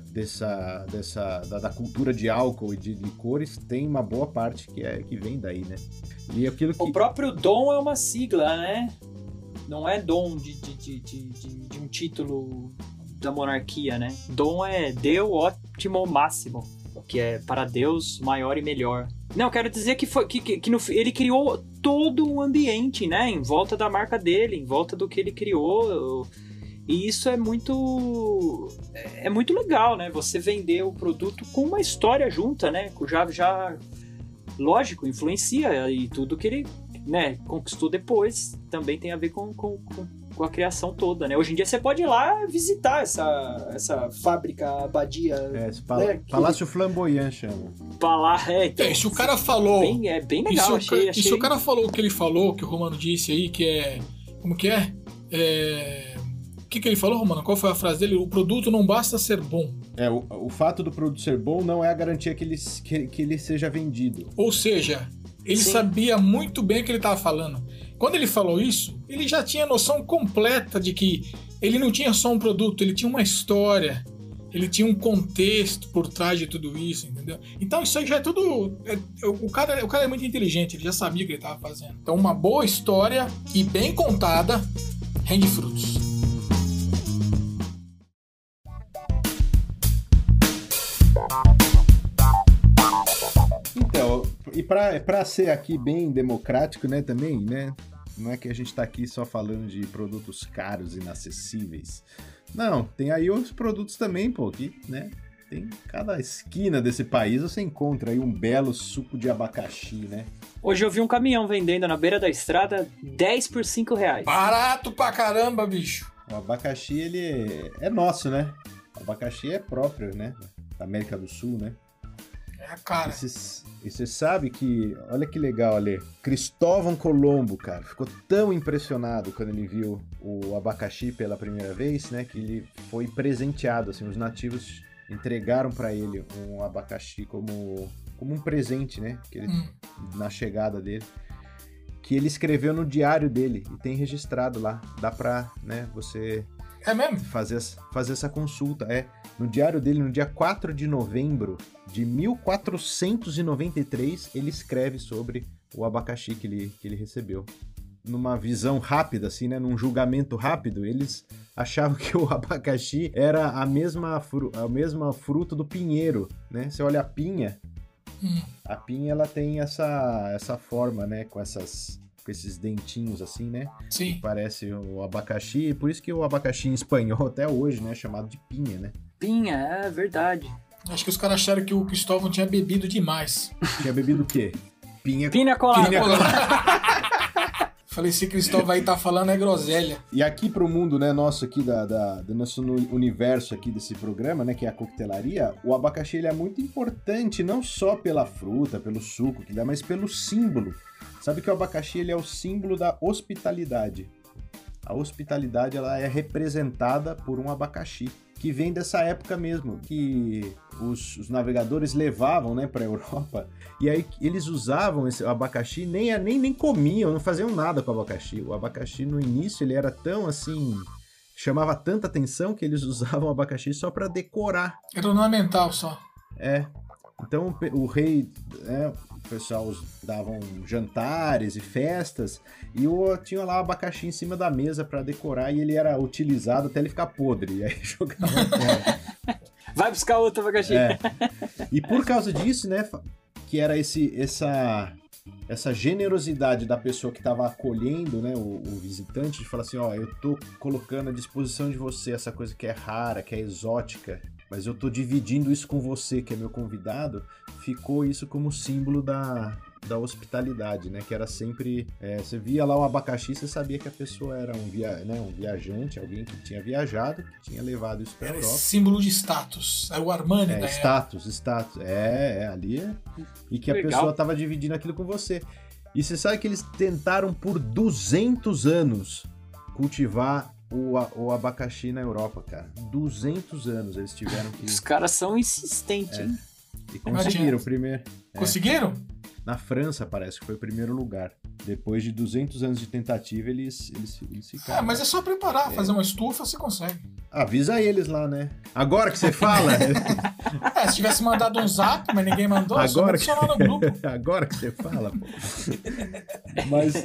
da cultura de álcool e de licores tem uma boa parte que vem daí, né? E aquilo que... O próprio dom é uma sigla, né? Não é dom de um título da monarquia, né? Dom é Deu ótimo máximo, que é para Deus maior e melhor. Não, quero dizer que ele criou todo um ambiente, né? Em volta da marca dele, em volta do que ele criou. E isso é muito legal, né? Você vender o produto com uma história junta, né? Já lógico, influencia, e tudo que ele, né, conquistou depois também tem a ver com a criação toda, né? Hoje em dia você pode ir lá visitar essa fábrica, abadia. Palácio Flamboyant chama. Então, se o cara falou... É bem legal, achei. E se o cara falou o que ele falou, que o Romano disse aí, que é... Como que é? O que ele falou, Romano? Qual foi a frase dele? O produto não basta ser bom. O fato do produto ser bom não é a garantia que ele seja vendido. Ou seja, ele sabia muito bem o que ele estava falando. Quando ele falou isso, ele já tinha noção completa de que ele não tinha só um produto, ele tinha uma história, ele tinha um contexto por trás de tudo isso, entendeu? Então isso aí já é tudo... O cara é muito inteligente, ele já sabia o que ele estava fazendo. Então uma boa história e bem contada rende frutos. Então, e pra ser aqui bem democrático, né, também, né? Não é que a gente tá aqui só falando de produtos caros, inacessíveis. Não, tem aí outros produtos também, pô, que, né? Tem cada esquina desse país você encontra aí um belo suco de abacaxi, né? Hoje eu vi um caminhão vendendo na beira da estrada 10 por R$5. Barato pra caramba, bicho. O abacaxi, ele é nosso, né? O abacaxi é próprio, né? Da América do Sul, né? É a cara. E você sabe que, olha que legal, Ale, Cristóvão Colombo, cara, ficou tão impressionado quando ele viu o abacaxi pela primeira vez, né, que ele foi presenteado, assim, os nativos entregaram para ele um abacaxi como um presente, né, que ele, na chegada dele, que ele escreveu no diário dele e tem registrado lá, dá pra, né, você... É mesmo? Fazer essa consulta, no diário dele, no dia 4 de novembro de 1493, ele escreve sobre o abacaxi que ele recebeu. Numa visão rápida, assim, né, num julgamento rápido, eles achavam que o abacaxi era a mesma fruto do pinheiro, né? Você olha a pinha ela tem essa forma, né, com esses dentinhos assim, né? Sim. Que parece o abacaxi, por isso que o abacaxi em espanhol até hoje, né, é chamado de pinha, né? Pinha, é verdade. Acho que os caras acharam que o Cristóvão tinha bebido demais. Tinha bebido o quê? Pinha colada. Falei, esse Cristóvão aí tá falando é groselha. E aqui pro mundo, né, nosso aqui, do nosso universo aqui desse programa, né, que é a coquetelaria, o abacaxi ele é muito importante, não só pela fruta, pelo suco que dá, mas pelo símbolo. Sabe que o abacaxi ele é o símbolo da hospitalidade. A hospitalidade ela é representada por um abacaxi, que vem dessa época mesmo, que os navegadores levavam, né, para a Europa, e aí eles usavam esse abacaxi, nem comiam, não faziam nada com o abacaxi. O abacaxi no início ele era tão assim, chamava tanta atenção que eles usavam o abacaxi só para decorar. Era ornamental só. Então o rei, né, o pessoal davam jantares e festas e tinha lá o abacaxi em cima da mesa para decorar e ele era utilizado até ele ficar podre, e aí jogava fora. Vai buscar outro abacaxi. E por causa disso, né, que era essa generosidade da pessoa que estava acolhendo, né, o visitante, de falar assim, eu tô colocando à disposição de você essa coisa que é rara, que é exótica, mas eu tô dividindo isso com você, que é meu convidado, ficou isso como símbolo da hospitalidade, né? Que era sempre... você via lá o abacaxi, você sabia que a pessoa era um viajante, alguém que tinha viajado, que tinha levado isso pra Europa. Símbolo de status. É o Armani da status. Ali e que legal. A pessoa tava dividindo aquilo com você. E você sabe que eles tentaram por 200 anos cultivar o abacaxi na Europa, cara. 200 anos eles tiveram que... Os caras são insistentes, hein? E conseguiram o primeiro. Conseguiram? Na França, parece que foi o primeiro lugar. Depois de 200 anos de tentativa, eles ficaram. Mas é só preparar, fazer uma estufa, você consegue. Avisa eles lá, né? Agora que você fala... Se tivesse mandado um zap, mas ninguém mandou, agora só no grupo. Agora que você fala, pô. Mas...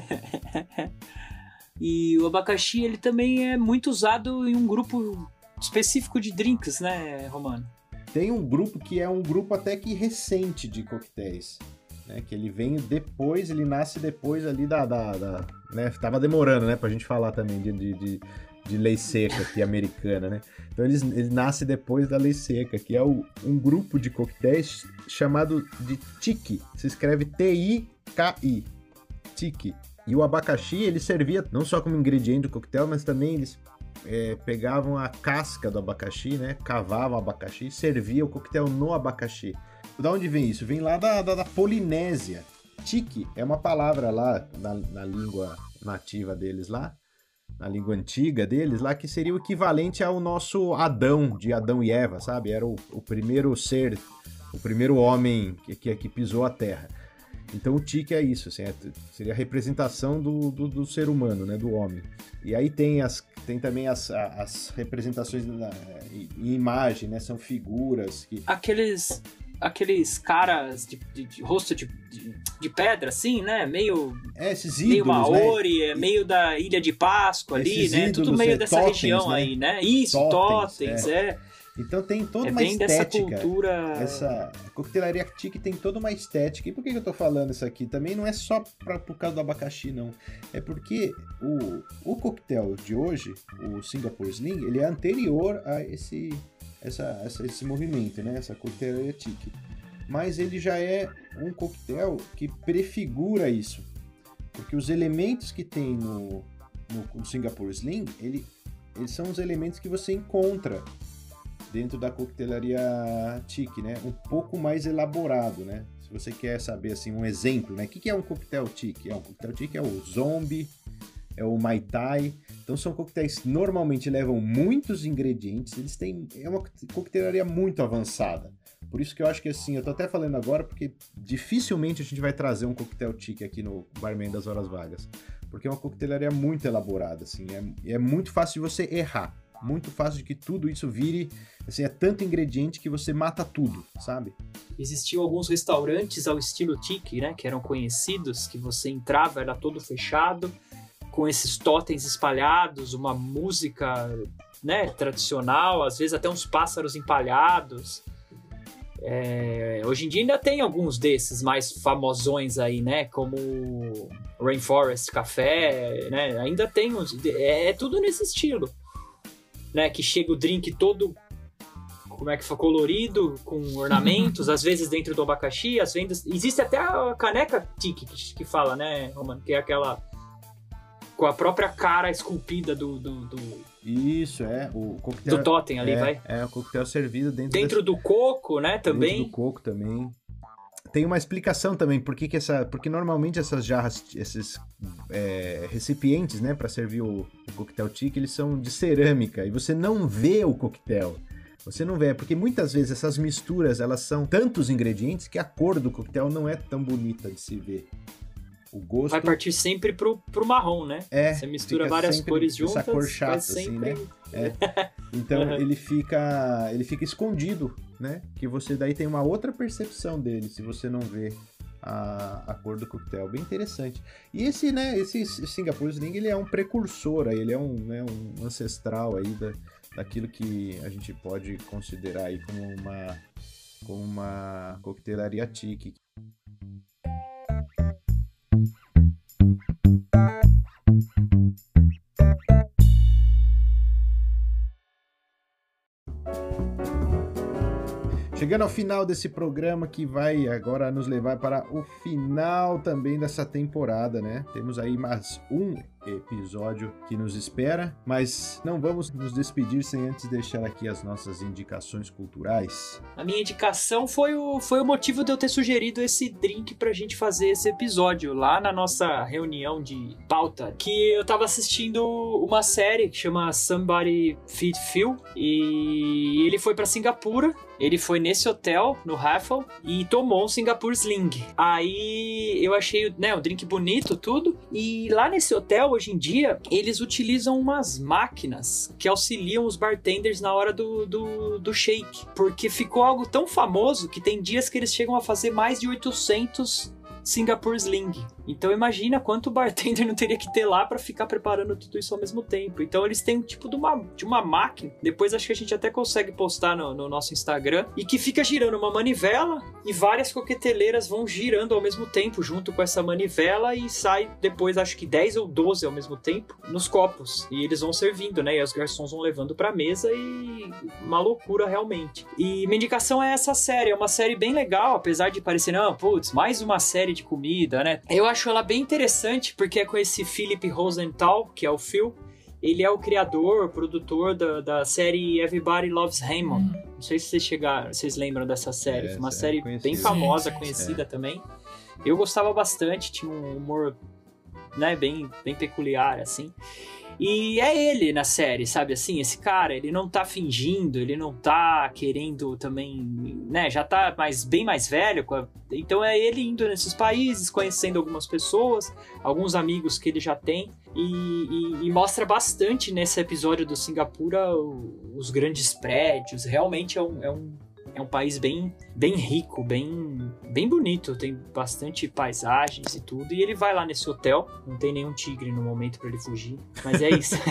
E o abacaxi, ele também é muito usado em um grupo específico de drinks, né, Romano? Tem um grupo que é um grupo até que recente de coquetéis, né? Que ele vem depois, ele nasce depois ali né? Tava demorando, né, pra gente falar também de lei seca aqui, americana, né? Então ele nasce depois da lei seca, que é um grupo de coquetéis chamado de tiki. Se escreve T-I-K-I. Tiki. E o abacaxi, ele servia não só como ingrediente do coquetel, mas também eles pegavam a casca do abacaxi, né? Cavavam o abacaxi e serviam o coquetel no abacaxi. Da onde vem isso? Vem lá da Polinésia. Tiki é uma palavra lá na língua nativa deles lá, na língua antiga deles lá, que seria o equivalente ao nosso Adão, de Adão e Eva, sabe? Era o primeiro ser, o primeiro homem que pisou a terra. Então o tiki é isso, assim, seria a representação do ser humano, né, do homem. E aí tem também as representações em imagem, né, são figuras que... Aqueles caras de rosto de pedra, assim, né, meio... esses ídolos, meio Maori, né? Meio da Ilha de Páscoa ali, esses né, ídolos, tudo meio dessa totens, região, né? Aí, né, isso, totens, Então tem toda uma bem estética. Dessa cultura... A coquetelaria tiki tem toda uma estética. E por que eu tô falando isso aqui? Também não é só por causa do abacaxi, não. É porque o coquetel de hoje, o Singapore Sling, ele é anterior a esse movimento, né? Essa coquetelaria tiki. Mas ele já é um coquetel que prefigura isso. Porque os elementos que tem no Singapore Sling, eles são os elementos que você encontra dentro da coquetelaria chique, né? Um pouco mais elaborado, né? Se você quer saber, assim, um exemplo, né? O que é um coquetel chique? Um coquetel chique é o zombie, é o Mai Tai. Então são coquetéis que normalmente levam muitos ingredientes, é uma coquetelaria muito avançada. Por isso que eu acho que, assim, eu tô até falando agora, porque dificilmente a gente vai trazer um coquetel chique aqui no Barman das Horas Vagas. Porque é uma coquetelaria muito elaborada, assim, é muito fácil de você errar. Muito fácil de que tudo isso vire, assim, é tanto ingrediente que você mata tudo, sabe? Existiam alguns restaurantes ao estilo chique, né, que eram conhecidos, que você entrava, era todo fechado, com esses totens espalhados, uma música, né, tradicional, às vezes até uns pássaros empalhados. Hoje em dia ainda tem alguns desses mais famosões aí, né, como Rainforest Café, né, ainda tem uns, tudo nesse estilo, né, que chega o drink todo, como é que foi, colorido, com ornamentos, às vezes dentro do abacaxi, às vezes, existe até a caneca tique que fala, né, Romano, que é aquela com a própria cara esculpida Isso, o coquetel... do totem ali, vai. É, o coquetel servido dentro do coco, né, também. Dentro do coco também. Tem uma explicação também, porque normalmente essas jarras, esses recipientes, né, para servir o coquetel chique, eles são de cerâmica, e você não vê o coquetel. Você não vê, porque muitas vezes essas misturas, elas são tantos ingredientes que a cor do coquetel não é tão bonita de se ver. O gosto... Vai partir sempre pro marrom, né? Você mistura várias cores juntas. Essa cor chata, sempre... assim, né? Então ele fica escondido, né? Que você daí tem uma outra percepção dele, se você não vê a cor do coquetel. Bem interessante. E esse Singapore Sling, ele é um precursor, aí, ele é um ancestral aí daquilo que a gente pode considerar aí como uma coquetelaria chique. Chegando ao final desse programa que vai agora nos levar para o final também dessa temporada, né? Temos aí mais um episódio que nos espera, mas não vamos nos despedir sem antes deixar aqui as nossas indicações culturais. A minha indicação foi o motivo de eu ter sugerido esse drink pra gente fazer esse episódio, lá na nossa reunião de pauta, que eu tava assistindo uma série que chama Somebody Feed Phil, e ele foi pra Singapura. Ele foi nesse hotel, no Raffle, e tomou um Singapore Sling. Aí eu achei, né, o drink bonito, tudo. E lá nesse hotel, hoje em dia, eles utilizam umas máquinas que auxiliam os bartenders na hora do shake. Porque ficou algo tão famoso que tem dias que eles chegam a fazer mais de 800 Singapore Sling. Então imagina quanto o bartender não teria que ter lá pra ficar preparando tudo isso ao mesmo tempo. Então eles têm um tipo de uma máquina, depois acho que a gente até consegue postar no nosso Instagram, e que fica girando uma manivela e várias coqueteleiras vão girando ao mesmo tempo junto com essa manivela, e sai depois acho que 10 ou 12 ao mesmo tempo nos copos, e eles vão servindo, né, e os garçons vão levando pra mesa, e uma loucura realmente. E minha indicação é essa série, é uma série bem legal, apesar de parecer, não, putz, mais uma série de comida, né? Eu acho ela bem interessante porque é com esse Philip Rosenthal, que é o Phil. Ele é o criador, produtor da série Everybody Loves Raymond. Não sei se vocês lembram dessa série. Foi uma série bem famosa, conhecida também. Eu gostava bastante, tinha um humor, né, bem peculiar, assim. E é ele na série, sabe assim? Esse cara, ele não tá fingindo, ele não tá querendo também, né? Já tá bem mais velho. Então é ele indo nesses países, conhecendo algumas pessoas, alguns amigos que ele já tem. E mostra bastante nesse episódio do Singapura os grandes prédios. Realmente é um país bem rico, bem bonito, tem bastante paisagens e tudo, e ele vai lá nesse hotel, não tem nenhum tigre no momento pra ele fugir, mas é isso.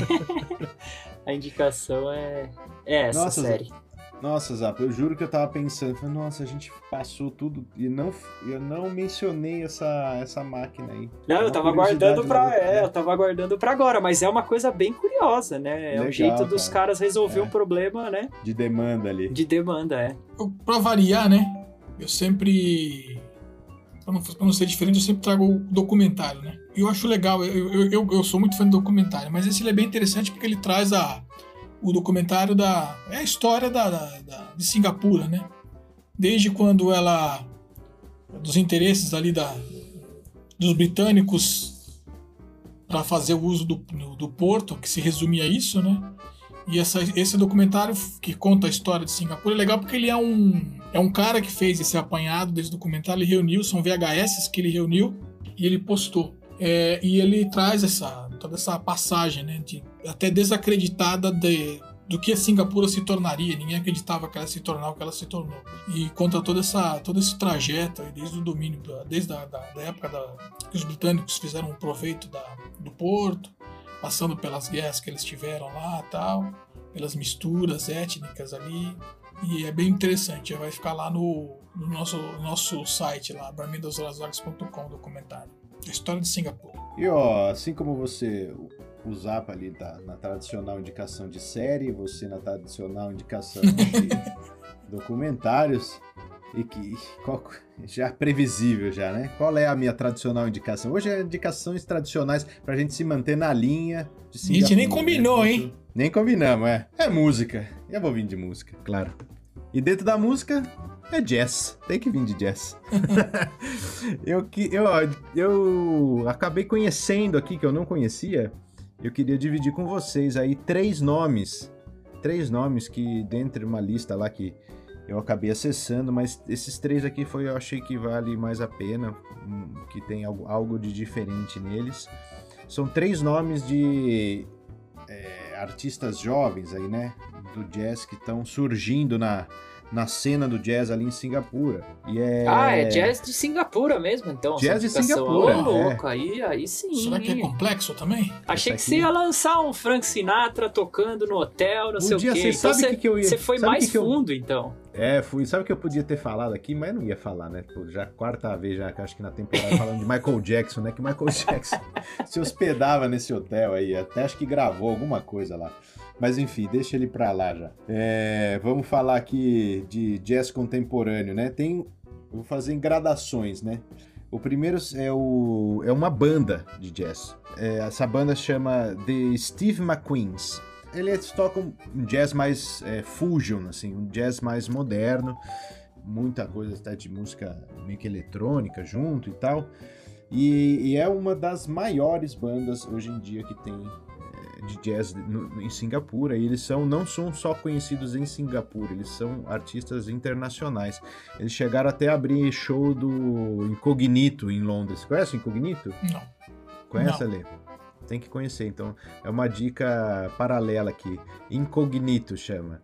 A indicação é essa série. Nossa, Zap, eu juro que eu tava pensando, nossa, a gente passou tudo e eu não mencionei essa máquina aí. Não, eu tava aguardando pra agora, mas é uma coisa bem curiosa, né? É um jeito dos caras resolver um problema, né? De demanda ali. De demanda, Pra variar, né? Eu sempre... Pra não ser diferente, eu sempre trago o documentário, né? E eu acho legal, eu sou muito fã do documentário, mas esse ele é bem interessante porque ele traz o documentário é a história de Singapura, né? Desde quando dos interesses ali dos britânicos para fazer o uso do porto, que se resumia a isso, né? E esse documentário que conta a história de Singapura é legal porque ele é um cara que fez esse apanhado desse documentário, ele reuniu, são VHS que ele reuniu e ele postou. E ele traz toda essa passagem, né, até desacreditada do que a Singapura se tornaria. Ninguém acreditava que ela se tornar o que ela se tornou. E conta todo esse trajeto, desde o domínio, desde a época que os britânicos fizeram um proveito do porto, passando pelas guerras que eles tiveram lá e tal, pelas misturas étnicas ali. E é bem interessante, vai ficar lá no nosso site, lá, barmendashorasvagas.com, o documentário. A história de Singapura. E ó, assim como você, o Zapa ali tá na tradicional indicação de série, você na tradicional indicação de documentários, e que já previsível já, né? Qual é a minha tradicional indicação? Hoje é indicações tradicionais pra gente se manter na linha de Singapura. A gente nem combinou, né? Hein? Nem combinamos, É música. Eu vou vir de música, claro. E dentro da música é jazz. Tem que vir de jazz. Eu acabei conhecendo aqui, que eu não conhecia. Eu queria dividir com vocês aí três nomes que dentro de uma lista lá que eu acabei acessando, mas esses três aqui eu achei que vale mais a pena, que tem algo de diferente neles. São três nomes de artistas jovens aí, né, do jazz que estão surgindo na cena do jazz ali em Singapura. É jazz de Singapura mesmo, então. Jazz de Singapura. Louco, aí sim. Será que é complexo também? Achei que você ia lançar um Frank Sinatra tocando no hotel, não sei o quê. Então você foi mais fundo, então. Sabe o que eu podia ter falado aqui, mas não ia falar, né? Já quarta vez, já acho que na temporada, falando de Michael Jackson, né? Que Michael Jackson se hospedava nesse hotel aí, até acho que gravou alguma coisa lá. Mas enfim, deixa ele pra lá já. Vamos falar aqui de jazz contemporâneo, né? Eu vou fazer em gradações, né? O primeiro é uma banda de jazz. Essa banda chama The Steve McQueens. Eles tocam um jazz mais fusion, assim, um jazz mais moderno, muita coisa até de música meio que eletrônica junto e tal. E é uma das maiores bandas hoje em dia que tem de jazz em Singapura, e eles não são só conhecidos em Singapura, eles são artistas internacionais. Eles chegaram até a abrir show do Incognito em Londres. Conhece o Incognito? Não. Conhece, Ale? Tem que conhecer, então é uma dica paralela aqui. Incognito chama.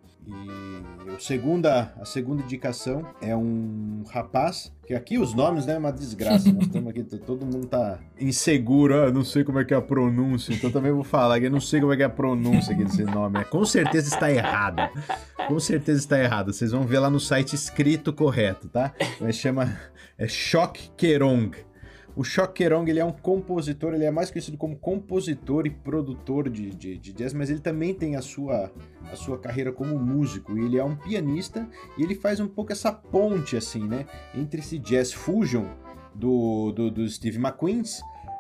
E a segunda indicação é um rapaz, que aqui os nomes, né, é uma desgraça. Nós estamos aqui, todo mundo tá inseguro, não sei como é que é a pronúncia, então também vou falar que eu não sei como é que é a pronúncia aqui desse nome. Com certeza está errado. Com certeza está errado. Vocês vão ver lá no site escrito correto, tá? Mas chama Choc Kerong. O Choc Kerong, ele é um compositor, ele é mais conhecido como compositor e produtor de jazz, mas ele também tem a sua carreira como músico, e ele é um pianista, e ele faz um pouco essa ponte, assim, né, entre esse jazz fusion do Steve McQueens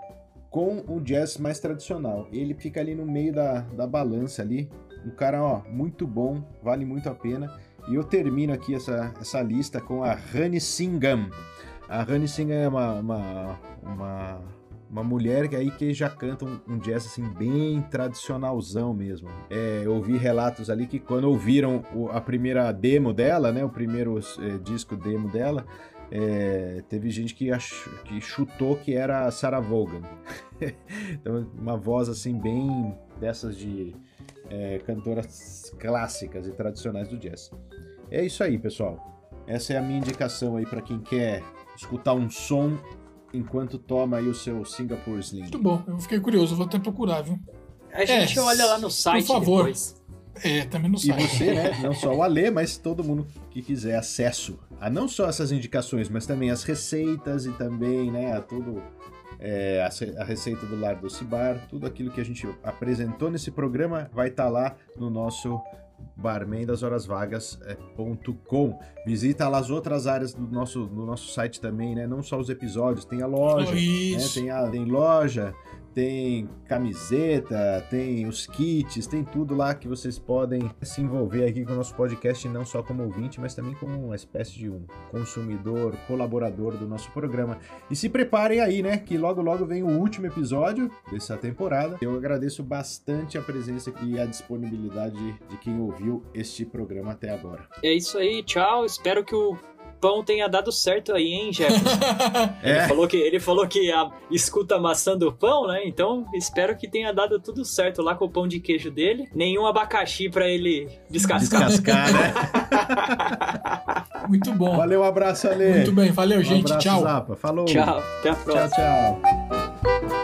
com o jazz mais tradicional. Ele fica ali no meio da balança ali, um cara, muito bom, vale muito a pena. E eu termino aqui essa lista com a Honey Singham. A Honey Singham é uma mulher que já canta um jazz assim bem tradicionalzão mesmo. Eu ouvi relatos ali que quando ouviram a primeira demo dela, né, o primeiro disco demo dela, teve gente que chutou que era a Sarah Vaughan. Então, uma voz assim bem dessas de cantoras clássicas e tradicionais do jazz. É isso aí, pessoal. Essa é a minha indicação aí para quem quer escutar um som enquanto toma aí o seu Singapore Sling. Muito bom, eu fiquei curioso, vou até procurar, viu? A gente olha lá no site, por favor. Depois. Também no site. E você, né, não só o Ale, mas todo mundo que quiser acesso a não só essas indicações, mas também as receitas e também, né, a receita do Lar Doce Bar, tudo aquilo que a gente apresentou nesse programa vai estar lá no nosso barmendashorasvagas.com. Visita lá as outras áreas do nosso site também, né? Não só os episódios, tem a loja, né? Tem loja, tem camiseta, tem os kits, tem tudo lá que vocês podem se envolver aqui com o nosso podcast, não só como ouvinte, mas também como uma espécie de um consumidor, colaborador do nosso programa. E se preparem aí, né, que logo logo vem o último episódio dessa temporada. Eu agradeço bastante a presença e a disponibilidade de quem ouviu este programa até agora. É isso aí, tchau. Espero que o pão tenha dado certo aí, hein, Jefferson? Ele falou que escuta a maçã do pão, né? Então, espero que tenha dado tudo certo lá com o pão de queijo dele. Nenhum abacaxi pra ele descascar. Né? Muito bom. Valeu, um abraço, Ale. Muito bem, valeu, gente. Abraço, Tchau. Zapa. Falou. Tchau, até a próxima. Tchau, tchau.